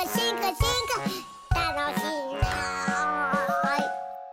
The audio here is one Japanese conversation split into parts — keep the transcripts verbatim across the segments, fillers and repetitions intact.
進化進化楽しいな。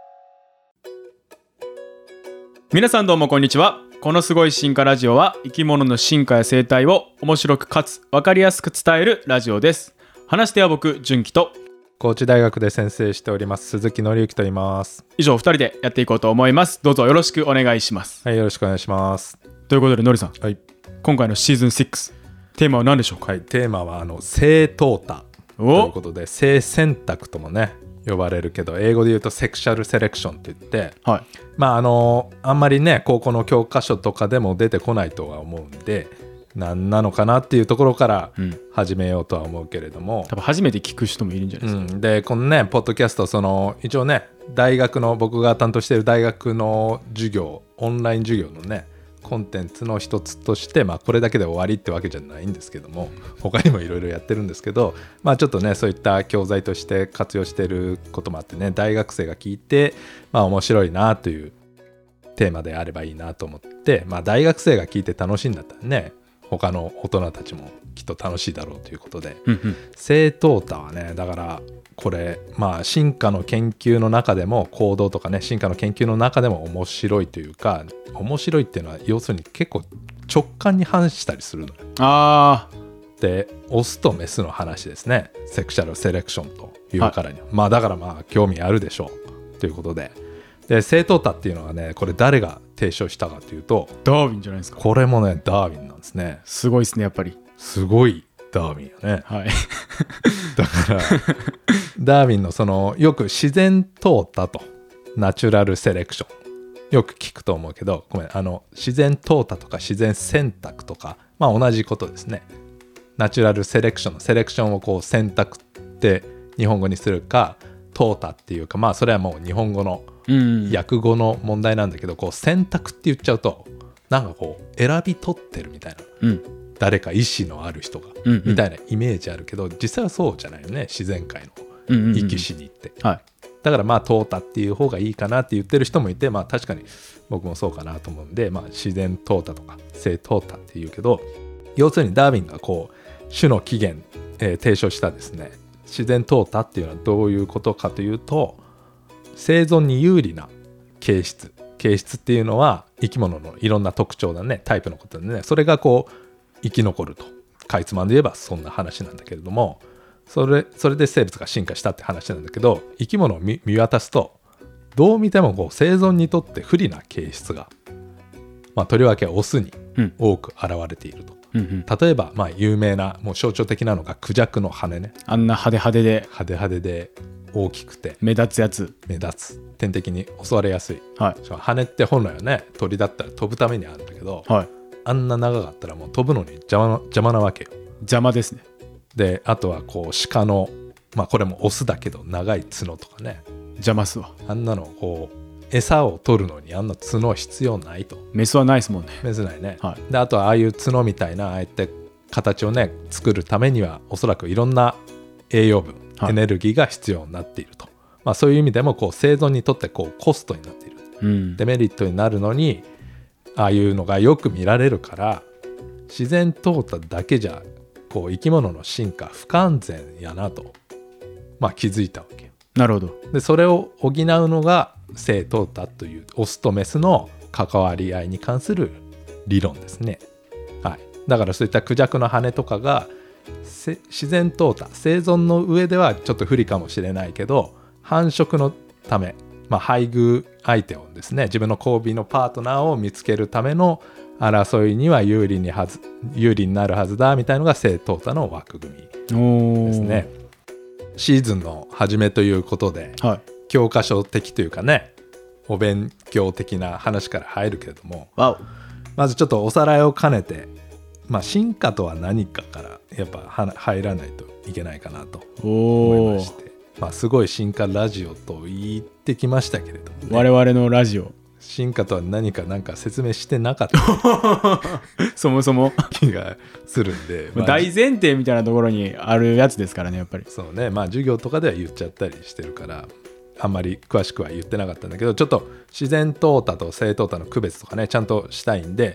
皆さんどうもこんにちは。このすごい進化ラジオは生き物の進化や生態を面白くかつ分かりやすく伝えるラジオです。話しては僕純喜と高知大学で先生しております鈴木則之と言います。 以上ふたりでやっていこうと思います。どうぞよろしくお願いします。 はい、よろしくお願いします。 ということでのりさん、 はい、 今回のシーズンシックステーマは何でしょうか。 はい、テーマはあの性淘汰ということで、性選択ともね呼ばれるけど、英語で言うとセクシャルセレクションって言って、はい、まああのあんまりね高校の教科書とかでも出てこないとは思うんで、何なのかなっていうところから始めようとは思うけれども、 うん、多分初めて聞く人もいるんじゃないですか、 うん、でこのねポッドキャスト、その一応ね大学の僕が担当している大学の授業、オンライン授業のねコンテンツの一つとして、まあこれだけで終わりってわけじゃないんですけども、他にもいろいろやってるんですけど、まあちょっとねそういった教材として活用していることもあってね、大学生が聞いてまあ面白いなというテーマであればいいなと思って、まあ大学生が聞いて楽しいんだったらね、他の大人たちもきっと楽しいだろうということで、うんうん、性淘汰はね、だからこれまあ進化の研究の中でも行動とかね進化の研究の中でも面白いというか、面白いっていうのは要するに結構直感に反したりするのよ。 あでオスとメスの話ですね。セクシャルセレクションというからに、はい、まあだからまあ興味あるでしょうということで、で性淘汰っていうのはね、これ誰が提唱したかというとダーウィンじゃないですか。 これもねダーウィンなんですね。 すごいですね、やっぱりすごいダーウィンよね。 はいだからダーウィンのそのよく自然淘汰とナチュラルセレクションよく聞くと思うけど、ごめん、あの自然淘汰とか自然選択とか、まあ同じことですね。ナチュラルセレクションのセレクションをこう選択って日本語にするか、淘汰っていうか、まあそれはもう日本語の訳語の問題なんだけど、こう選択って言っちゃうとなんかこう選び取ってるみたいな、うん、誰か意志のある人が、うんうん、みたいなイメージあるけど、実際はそうじゃないよね。自然界の生き死にって、うんうんうん、はい、だからまあ淘汰っていう方がいいかなって言ってる人もいて、まあ確かに僕もそうかなと思うんで、まあ自然淘汰とか性淘汰って言うけど、要するにダーウィンがこう種の起源、えー、提唱したですね自然淘汰っていうのはどういうことかというと、生存に有利な形質形質っていうのは生き物のいろんな特徴だね、タイプのことでね、それがこう生き残ると、かいつまんで言えばそんな話なんだけれども、それそれで生物が進化したって話なんだけど、生き物を 見, 見渡すとどう見てもこう生存にとって不利な形質が、まあ、とりわけオスに多く現れていると、うんうんうん、例えばまあ有名なもう象徴的なのがクジャクの羽ね。 あんな派手派手で派手派手で大きくて目立つやつ、 目立つ天敵に襲われやすい、はい、羽って本来はね鳥だったら飛ぶためにあるんだけど、はい、あんな長かったらもう飛ぶのに邪魔な、邪魔なわけよ。 邪魔ですね。 であとはこう鹿の、まあこれもオスだけど長い角とかね、 邪魔っすわ。 あんなのこう餌を取るのにあんな角は必要ないと。 メスはないですもんね。 メスないね、はい、であとはああいう角みたいなああやって形をね作るためにはおそらくいろんな栄養分、はい、エネルギーが必要になっていると、まあ、そういう意味でもこう生存にとってこうコストになっている、うん、デメリットになるのにああいうのがよく見られるから、自然淘汰だけじゃこう生き物の進化不完全やなと、まあ、気づいたわけよ。 なるほど。 でそれを補うのが性淘汰というオスとメスの関わり合いに関する理論ですね、はい、だからそういったクジャクの羽とかが自然淘汰、生存の上ではちょっと不利かもしれないけど、繁殖のため、まあ、配偶相手をですね、自分の交尾のパートナーを見つけるための争いには有利にはず有利になるはずだみたいのが性淘汰の枠組みですね。シーズンの初めということで、はい、教科書的というかねお勉強的な話から入るけれども、まずちょっとおさらいを兼ねて、まあ、進化とは何かからやっぱ入らないといけないかなと思いまして、まあ、すごい進化ラジオと言ってきましたけれども、ね、 我々のラジオ進化とは何かなんか説明してなかったそもそも気がするんで、 まあ、大前提みたいなところにあるやつですからね、やっぱり。 そうね、まあ授業とかでは言っちゃったりしてるからあんまり詳しくは言ってなかったんだけど、ちょっと自然淘汰と性淘汰の区別とかねちゃんとしたいんで、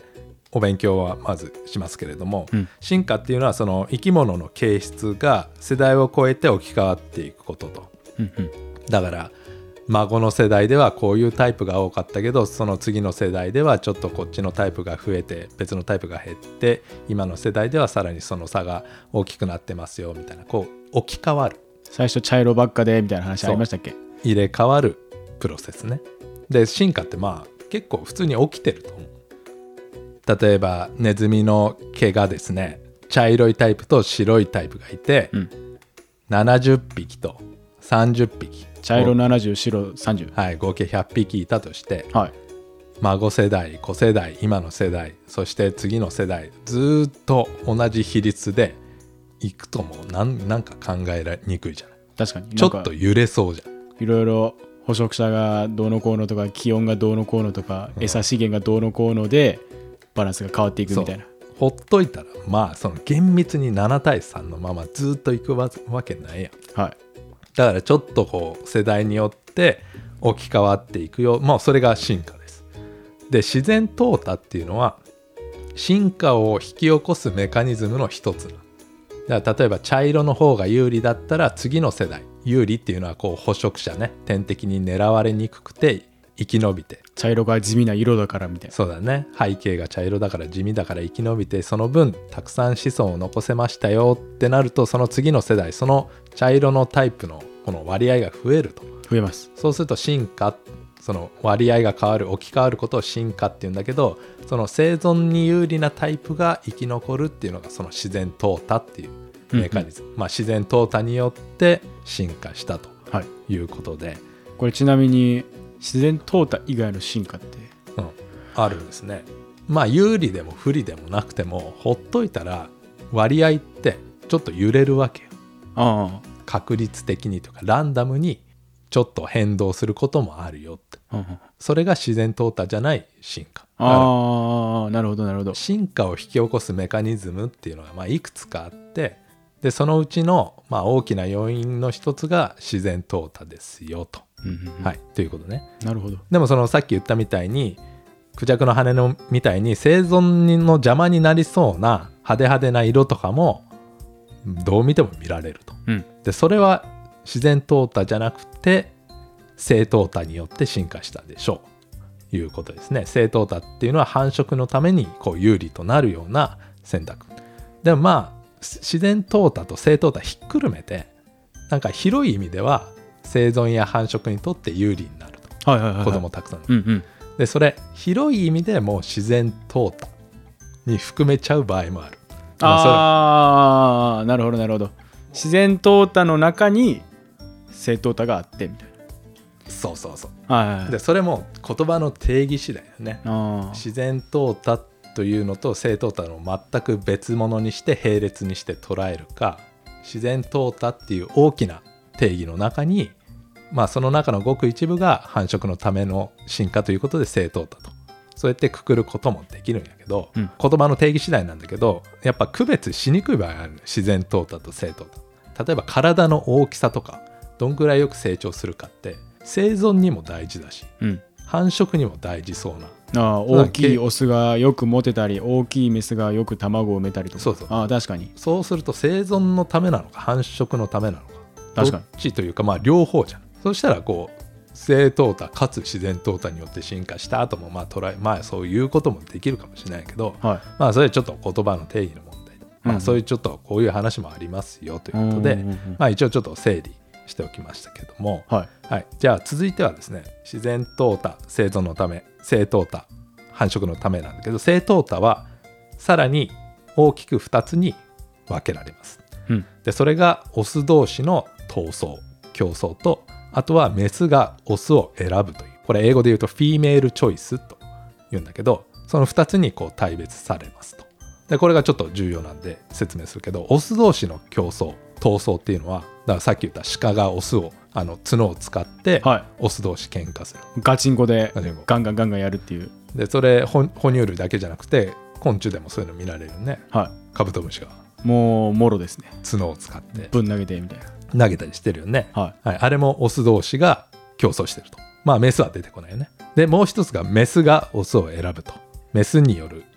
お勉強はまずしますけれども、 うん、 進化っていうのはその生き物の形質が世代を超えて置き換わっていくことと、 うんうん、 だから孫の世代ではこういうタイプが多かったけどその次の世代ではちょっとこっちのタイプが増えて別のタイプが減って今の世代ではさらにその差が大きくなってますよみたいなこう置き換わる最初茶色ばっかでみたいな話ありましたっけ。 入れ替わるプロセスね。で進化ってまあ結構普通に起きてると思う。例えばネズミの毛がですね茶色いタイプと白いタイプがいて、うん、ななじゅっぴきとさんじゅっぴき茶色ななじゅう白さんじゅう、 はい、合計ひゃっぴきいたとして、 はい、 孫世代子世代今の世代そして次の世代ずっと同じ比率でいくともう なん, なんか考えられにくいじゃない。 確かにちょっと揺れそうじゃん。 いろいろ捕食者がどうのこうのとか気温がどうのこうのとか、うん、餌資源がどうのこうのでバランスが変わっていくみたいな。 ほっといたらまあその厳密にななたいさんのままずっといくわけないやん、 はい、 だからちょっとこう世代によって置き換わっていくよ。もうそれが進化です。で自然淘汰っていうのは進化を引き起こすメカニズムの一つな。だから例えば茶色の方が有利だったら次の世代有利っていうのはこう捕食者ね天敵に狙われにくくて生き延びて茶色が地味な色だからみたいな。 そうだね背景が茶色だから地味だから生き延びてその分たくさん子孫を残せましたよってなるとその次の世代その茶色のタイプのこの割合が増えると。 増えます。 そうすると進化その割合が変わる置き換わることを進化っていうんだけどその生存に有利なタイプが生き残るっていうのがその自然淘汰っていうメカニズム、うんうんまあ、自然淘汰によって進化したということで、はい、 これちなみに自然淘汰以外の進化って、 うん、あるんですね。まあ有利でも不利でもなくてもほっといたら割合ってちょっと揺れるわけよ。 ああ確率的にとかランダムにちょっと変動することもあるよって、うんうん、それが自然淘汰じゃない進化。 ああなるほどなるほど。 進化を引き起こすメカニズムっていうのがまあいくつかあってでそのうちのまあ大きな要因の一つが自然淘汰ですよと、うんうんうん、はいということね。 なるほど。 でもそのさっき言ったみたいにクジャクの羽のみたいに生存の邪魔になりそうな派手派手な色とかもどう見ても見られると、うん、でそれは自然淘汰じゃなくて性淘汰によって進化したでしょうということですね。性淘汰っていうのは繁殖のためにこう有利となるような選択でもまあ自然淘汰と性淘汰ひっくるめてなんか広い意味では生存や繁殖にとって有利になると、はいはいはいはい、子供たくさん、うんうん、でそれ広い意味でもう自然淘汰に含めちゃう場合もある。 ああなるほどなるほど。自然淘汰の中に性淘汰があってみたいな。 そうそうそう、 はいはいはい、 でそれも言葉の定義次第だよね。自然淘汰というのと性淘汰の全く別物にして並列にして捉えるか自然淘汰っていう大きな定義の中にまあその中のごく一部が繁殖のための進化ということで性淘汰とそうやってくくることもできるんやけど、うん、言葉の定義次第なんだけどやっぱ区別しにくい場合がある。自然淘汰と性淘汰例えば体の大きさとかどんぐらいよく成長するかって生存にも大事だし、うん、繁殖にも大事そうなあ大きいオスがよくモテたり大きいメスがよく卵を産めたりとか。 そうそうあ確かにそうすると生存のためなのか繁殖のためなのか確かにどっちというかまあ両方じゃん。そしたらこう性淘汰かつ自然淘汰によって進化した後もまあ捉えまあそういうこともできるかもしれないけど、はい、まあそれちょっと言葉の定義の問題、うん、まあそういうちょっとこういう話もありますよということで、うんうんうん、まあ一応ちょっと整理しておきましたけども、はいはい、じゃあ続いてはですね自然淘汰生存のため性淘汰繁殖のためなんだけど性淘汰はさらに大きくふたつに分けられます、うん、でそれがオス同士の闘争競争とあとはメスがオスを選ぶというこれ英語で言うとフィメールチョイスというんだけどそのふたつにこう大別されますと。でこれがちょっと重要なんで説明するけどオス同士の競争闘争っていうのはだからさっき言った鹿がオスをあの角を使ってオス同士喧嘩する、 はい、ガチンコでガンガンガンガンやるっていう。 でそれ哺乳類だけじゃなくて昆虫でもそういうの見られるね、はい、カブトムシがもうもろですね角を使ってぶん投げてみたいな投げたりしてるよね、 はいはい、あれもオス同士が競争してると。まあメスは出てこないよね。でもう一つがメスがオスを選ぶとメスによる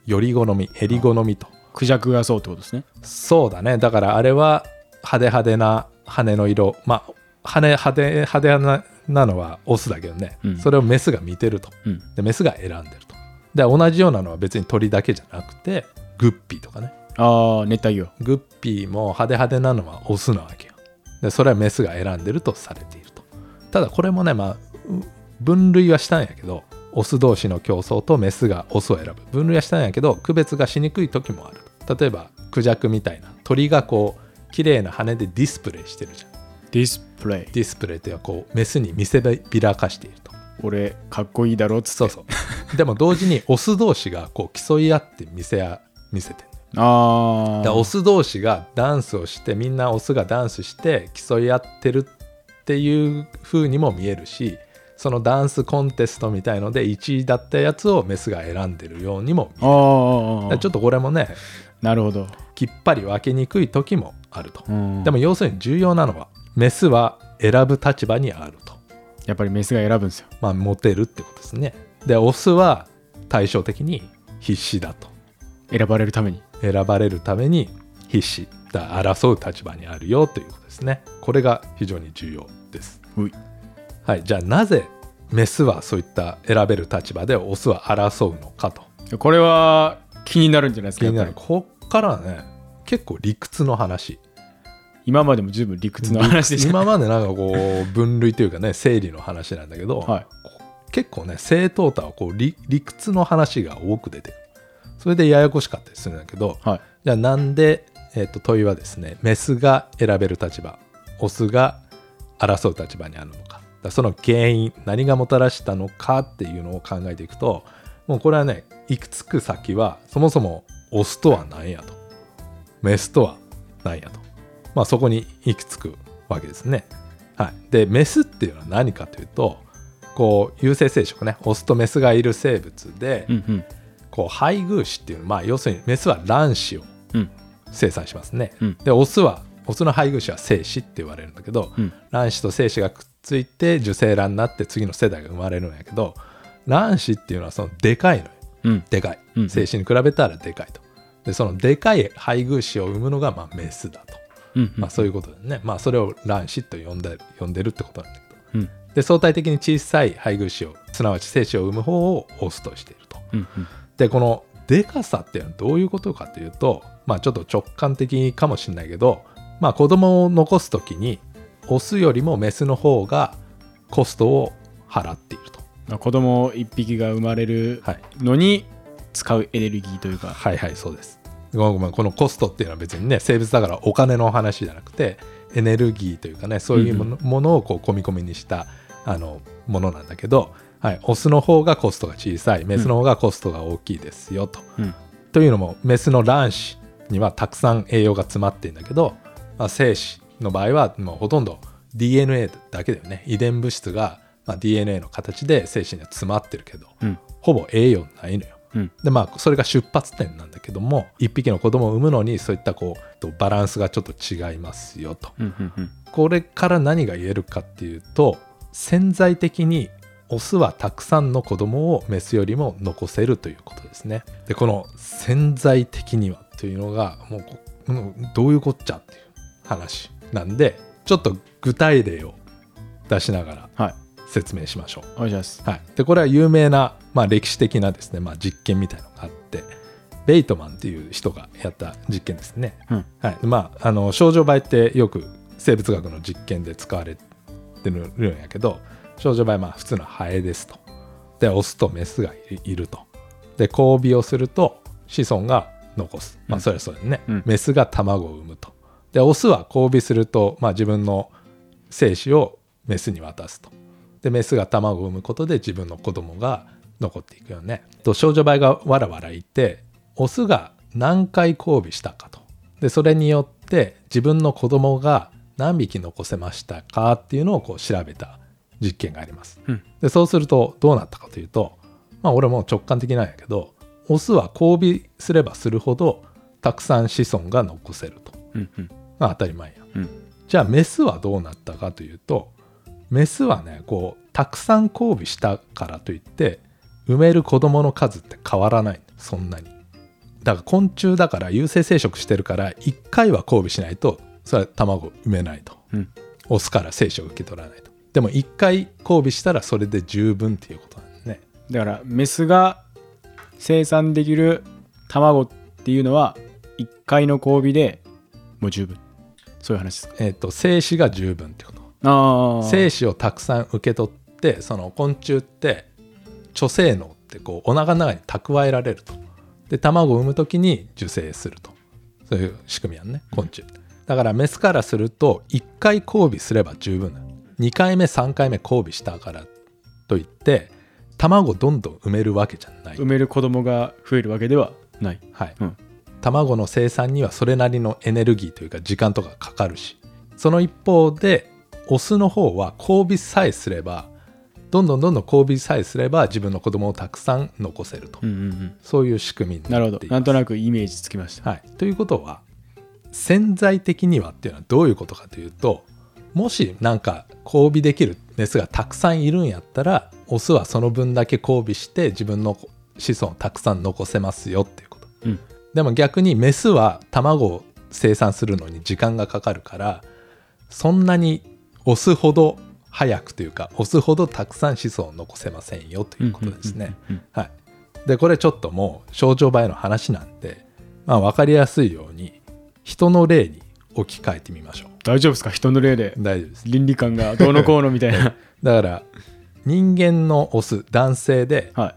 より好み、襟好みと。 クジャクがそうってことですね。 そうだね。だからあれは派手派手な羽の色、まあ羽派手派手ななのはオスだけどね、うん、それをメスが見てると、うん、でメスが選んでると。で同じようなのは別に鳥だけじゃなくてグッピーとかね。 ああ、熱帯魚。 グッピーも派手派手なのはオスなわけよ。でそれはメスが選んでるとされていると。ただこれもね、まあ分類はしたんやけど、オス同士の競争とメスがオスを選ぶ分類はしたんやけど、区別がしにくい時もある。例えばクジャクみたいな鳥がこう綺麗な羽でディスプレイしてるじゃん。 ディスプレイ。 ディスプレイってはこうメスに見せびらかしていると。 俺かっこいいだろっつって。 そうそうでも同時にオス同士がこう競い合って見せや見せてる。 ああ。 オス同士がダンスをして、みんなオスがダンスして競い合ってるっていう風にも見えるし、そのダンスコンテストみたいのでいちいだったやつをメスが選んでるようにも見える。ちょっとこれもね、 なるほど、 きっぱり分けにくい時もあると。でも要するに重要なのはメスは選ぶ立場にあると。 やっぱりメスが選ぶんですよ。 まあモテるってことですね。でオスは対照的に必死だと。 選ばれるために選ばれるために必死だ、争う立場にあるよということですね。これが非常に重要です。はい、じゃあなぜメスはそういった選べる立場でオスは争うのかと。 これは気になるんじゃないですか。 気になる。こっからね、結構理屈の話。 今までも十分理屈の話でした。 今までなんかこう分類というかね、整理の話なんだけど、はい、結構ね正統太はこう 理, 理屈の話が多く出てくる。それでややこしかったりするんだけど、はい、じゃあなんで、えー、と問いはですね、メスが選べる立場、オスが争う立場にあるのか、だその原因、何がもたらしたのかっていうのを考えていくと、もうこれはね、行き着く先はそもそもオスとは何やと、メスとは何やと、まあそこに行き着くわけですね。はい、でメスっていうのは何かというと、こう有性生殖ね、オスとメスがいる生物で、うんうん、こう配偶子っていうのは、まあ、要するにメスは卵子を生産しますね、うん、でオスはオスの配偶子は精子って言われるんだけど、うん、卵子と精子がくっついて受精卵になって次の世代が生まれるんやけど、卵子っていうのはそのでかいのよ、うん、でかい、うん、精子に比べたらでかいと。でそのでかい配偶子を産むのがまあメスだと、うんうん、まあ、そういうことでね、まあ、それを卵子と呼んで、呼んでるってことなんだけど、うん、で相対的に小さい配偶子を、すなわち精子を産む方をオスとしていると、うんうん、でこのでかさっていうのはどういうことかというと、まあちょっと直感的かもしれないけど、まあ子供を残すときにオスよりもメスの方がコストを払っていると。 子供一匹が生まれるのに使うエネルギーというか、 はい、はいはい、そうです。ごめんごめん、このコストっていうのは別にね、生物だからお金の話じゃなくてエネルギーというかね、そういうもの、うんうん、ものをこう込み込みにしたあのものなんだけど、はい、オスの方がコストが小さい、メスの方がコストが大きいですよと、うん、というのもメスの卵子にはたくさん栄養が詰まっているんだけど、まあ、精子の場合はもうほとんど ディーエヌエー だけだよね。遺伝物質が、まあ、ディーエヌエー の形で精子には詰まってるけど、うん、ほぼ栄養ないのよ、うん、でまあそれが出発点なんだけども、一匹の子供を産むのにそういったこうバランスがちょっと違いますよと、うんうんうん、これから何が言えるかっていうと、潜在的にオスはたくさんの子供をメスよりも残せるということですね。でこの潜在的にはというのがもう、もうどういうこっちゃっていう話なんで、ちょっと具体例を出しながら説明しましょう。 お願いします。 はい、でこれは有名な、まあ、歴史的なですね、まあ、実験みたいなのがあって、ベイトマンっていう人がやった実験ですね、うん、はい、まあ、あの少女梅ってよく生物学の実験で使われてるんやけど、少女梅はまあ普通のハエですと。でオスとメスがいると。で交尾をすると子孫が残す、まあそれはそうだね、うん、メスが卵を産むと。でオスは交尾すると、まあ、自分の精子をメスに渡すと。でメスが卵を産むことで自分の子供が残っていくよねと。少女梅がわらわらいて、オスが何回交尾したかと。でそれによって自分の子供が何匹残せましたかっていうのをこう調べた実験があります、うん、でそうするとどうなったかというと、まあ俺も直感的なんやけど、オスは交尾すればするほどたくさん子孫が残せると、うんうん、まあ当たり前や、うん、じゃあメスはどうなったかというと、メスはね、こうたくさん交尾したからといって産める子供の数って変わらない、そんなに。 だから昆虫だから有性生殖してるからいっかいは交尾しないとそれは卵を産めないと、 うん、 オスから精子を受け取らないと。でもいっかい交尾したらそれで十分っていうことなんですね。 だからメスが生産できる卵っていうのはいっかいの交尾でもう十分、そういう話ですか。 えっと精子が十分ってこと。 あ精子をたくさん受け取ってその昆虫って貯精能ってこうお腹の中に蓄えられると。で卵を産むときに受精すると、そういう仕組みやんね昆虫、うん、だからメスからするといっかい交尾すれば十分だ。にかいめさんかいめ交尾したからといって卵どんどん産めるわけじゃない。 産める子供が増えるわけではない、 はい、 うん、 卵の生産にはそれなりのエネルギーというか時間とかかかるし、その一方でオスの方は交尾さえすればどんどんどんどん交尾さえすれば自分の子供をたくさん残せると、うんうんうん、そういう仕組みになっています。 なるほど、なんとなくイメージつきました、 はい、ということは潜在的にはっていうのはどういうことかというと、もしなんか交尾できるメスがたくさんいるんやったらオスはその分だけ交尾して自分の子孫をたくさん残せますよっていうこと、うん、でも逆にメスは卵を生産するのに時間がかかるからそんなにオスほど早くというかオスほどたくさん子孫を残せませんよということですね。でこれちょっともう症状場合の話なんで、まあ、分かりやすいように人の例に置き換えてみましょう。 大丈夫ですか？人の例で大丈夫です。 倫理観がどうのこうのみたいなだから人間のオス男性で、はい、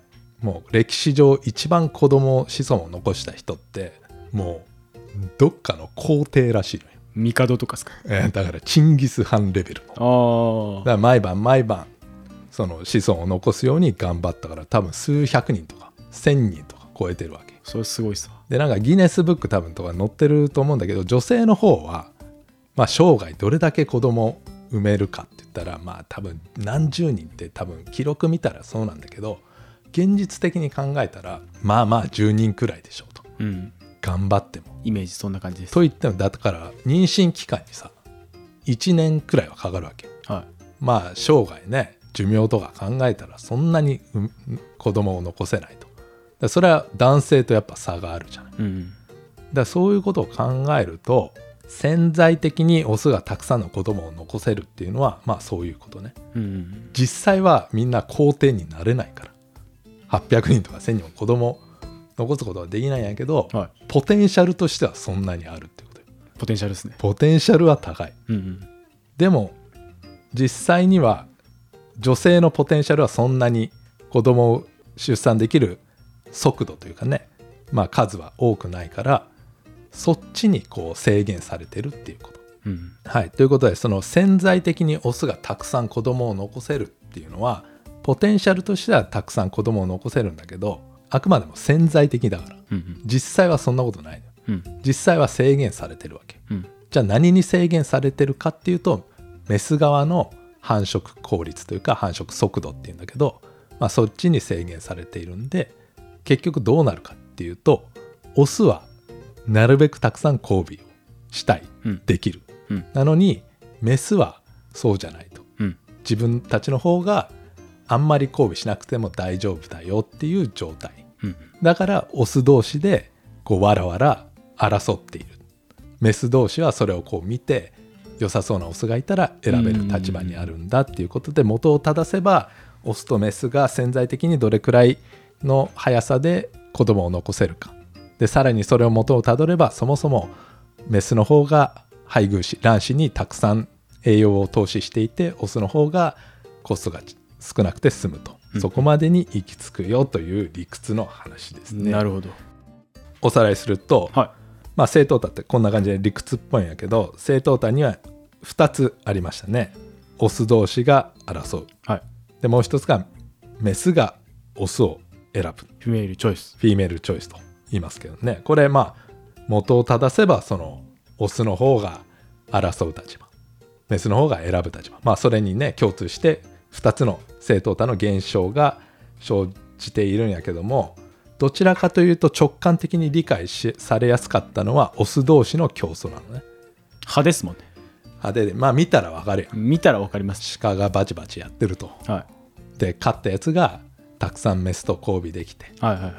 もう歴史上一番子供子孫を残した人ってもうどっかの皇帝らしいのよ。 帝とかですか？ えー、だからチンギス・ハンレベルの。あだから毎晩毎晩その子孫を残すように頑張ったから多分数百人とか千人とか超えてるわけ。 それすごいっすわ。 でなんかギネスブック多分とか載ってると思うんだけど、女性の方はまあ生涯どれだけ子供を産めるかって言ったらまあ多分何十人って多分記録見たらそうなんだけど、現実的に考えたらまあまあじゅうにんくらいでしょうと、うん、頑張ってもイメージそんな感じです。 と言ってもだから妊娠期間にさいちねんくらいはかかるわけ、はい、まあ生涯ね寿命とか考えたらそんなに子供を残せないと。だそれは男性とやっぱ差があるじゃない、うん、だそういうことを考えると潜在的にオスがたくさんの子供を残せるっていうのはまあそういうことね、うん、実際はみんな皇帝になれないからはっぴゃくにんとかせんにんも子供を残すことはできないんやけど、はい、ポテンシャルとしてはそんなにあるってことよ。 ポテンシャルですね。 ポテンシャルは高い、うんうん、でも実際には女性のポテンシャルはそんなに子供を出産できる速度というかね、まあ数は多くないからそっちにこう制限されてるっていうこと、うん、はい。ということでその潜在的にオスがたくさん子供を残せるっていうのはポテンシャルとしてはたくさん子供を残せるんだけどあくまでも潜在的だから、うんうん、実際はそんなことないの、うん、実際は制限されてるわけ、うん、じゃあ何に制限されてるかっていうとメス側の繁殖効率というか繁殖速度っていうんだけど、まあ、そっちに制限されているんで結局どうなるかっていうとオスはなるべくたくさん交尾をしたい、うん、できる、うん、なのにメスはそうじゃないと、うん、自分たちの方があんまり交尾しなくても大丈夫だよっていう状態、うん、だからオス同士でこうわらわら争っている。メス同士はそれをこう見て良さそうなオスがいたら選べる立場にあるんだっていうことで元を正せばオスとメスが潜在的にどれくらいの速さで子供を残せるかでさらにそれを元をたどればそもそもメスの方が配偶子卵子にたくさん栄養を投資していてオスの方がコストが少なくて済むと、うん、そこまでに行き着くよという理屈の話ですね。 なるほど。 おさらいすると、はい、まあ正答多ってこんな感じで理屈っぽいんやけど正答多にはふたつありましたね。オス同士が争う、はい、でもう一つがメスがオスを選ぶフィメールチョイスフィメールチョイスと言いますけどね。これまあ元を正せばそのオスの方が争う立場メスの方が選ぶ立場、まあそれにね共通してふたつの正答多の現象が生じているんやけどもどちらかというと直感的に理解しされやすかったのはオス同士の競争なのね。 派ですもんね。 派手でまあ見たらわかるやん。 見たらわかります。 鹿がバチバチやってると、はい、で勝ったやつがたくさんメスと交尾できて、はいはいはい、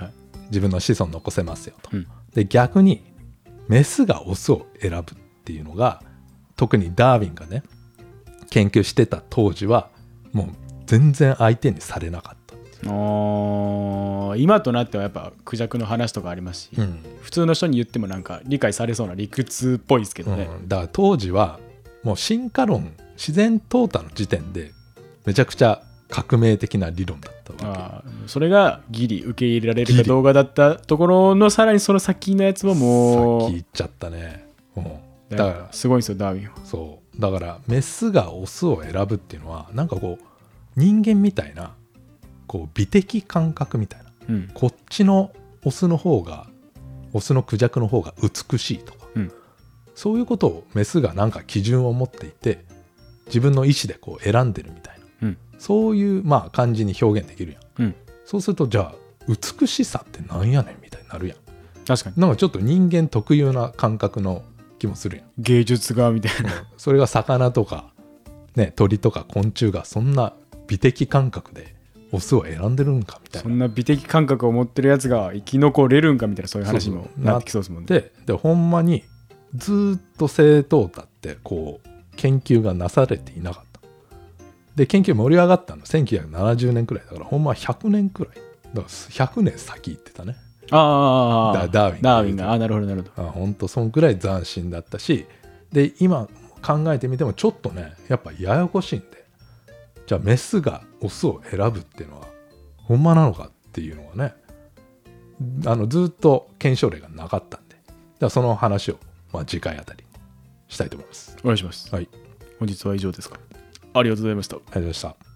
自分の子孫残せますよと、 うん、 で逆にメスがオスを選ぶっていうのが特にダーウィンがね研究してた当時はもう全然相手にされなかった。 あ今となってはやっぱクジャクの話とかありますし、うん、普通の人に言ってもなんか理解されそうな理屈っぽいですけどね、 うん、だから当時はもう進化論自然淘汰の時点でめちゃくちゃ革命的な理論だったわけ。 あそれがギリ受け入れられるかどうかだったところのさらにその先のやつはもう先行っちゃったね、うん、 だからすごいんですよダーウィンは。 そうだからメスがオスを選ぶっていうのはなんかこう人間みたいなこう美的感覚みたいな、うん、こっちのオスの方がオスのクジャクの方が美しいとか、うん、そういうことをメスがなんか基準を持っていて自分の意思でこう選んでるみたいな、うん、そういうまあ感じに表現できるやん、うん、そうするとじゃあ美しさってなんやねんみたいになるやん。 確かになんかちょっと人間特有な感覚の気もするやん。 芸術がみたいな、うん、 それが魚とか、ね、鳥とか昆虫がそんな美的感覚でオスを選んでるんかみたいな、 そんな美的感覚を持ってるやつが生き残れるんかみたいなそういう話にもなってきそうですもんね。 で、でほんまにずっと正淘汰ってこう研究がなされていなかった。で研究盛り上がったのせんきゅうひゃくななじゅうねんくらいだからほんまひゃくねんくらいだからひゃくねん先行ってたね。 ああダーウィンダーウィンがあなるほどなるほど。あ本当そんくらい斬新だったしで今考えてみてもちょっとねやっぱややこしいんでじゃあメスがオスを選ぶっていうのはほんまなのかっていうのはねあのずっと検証例がなかったんでじゃあその話をまあ次回あたりしたいと思います。 お願いします。 はい、 本日は以上ですか。ありがとうございました。 ありがとうございました。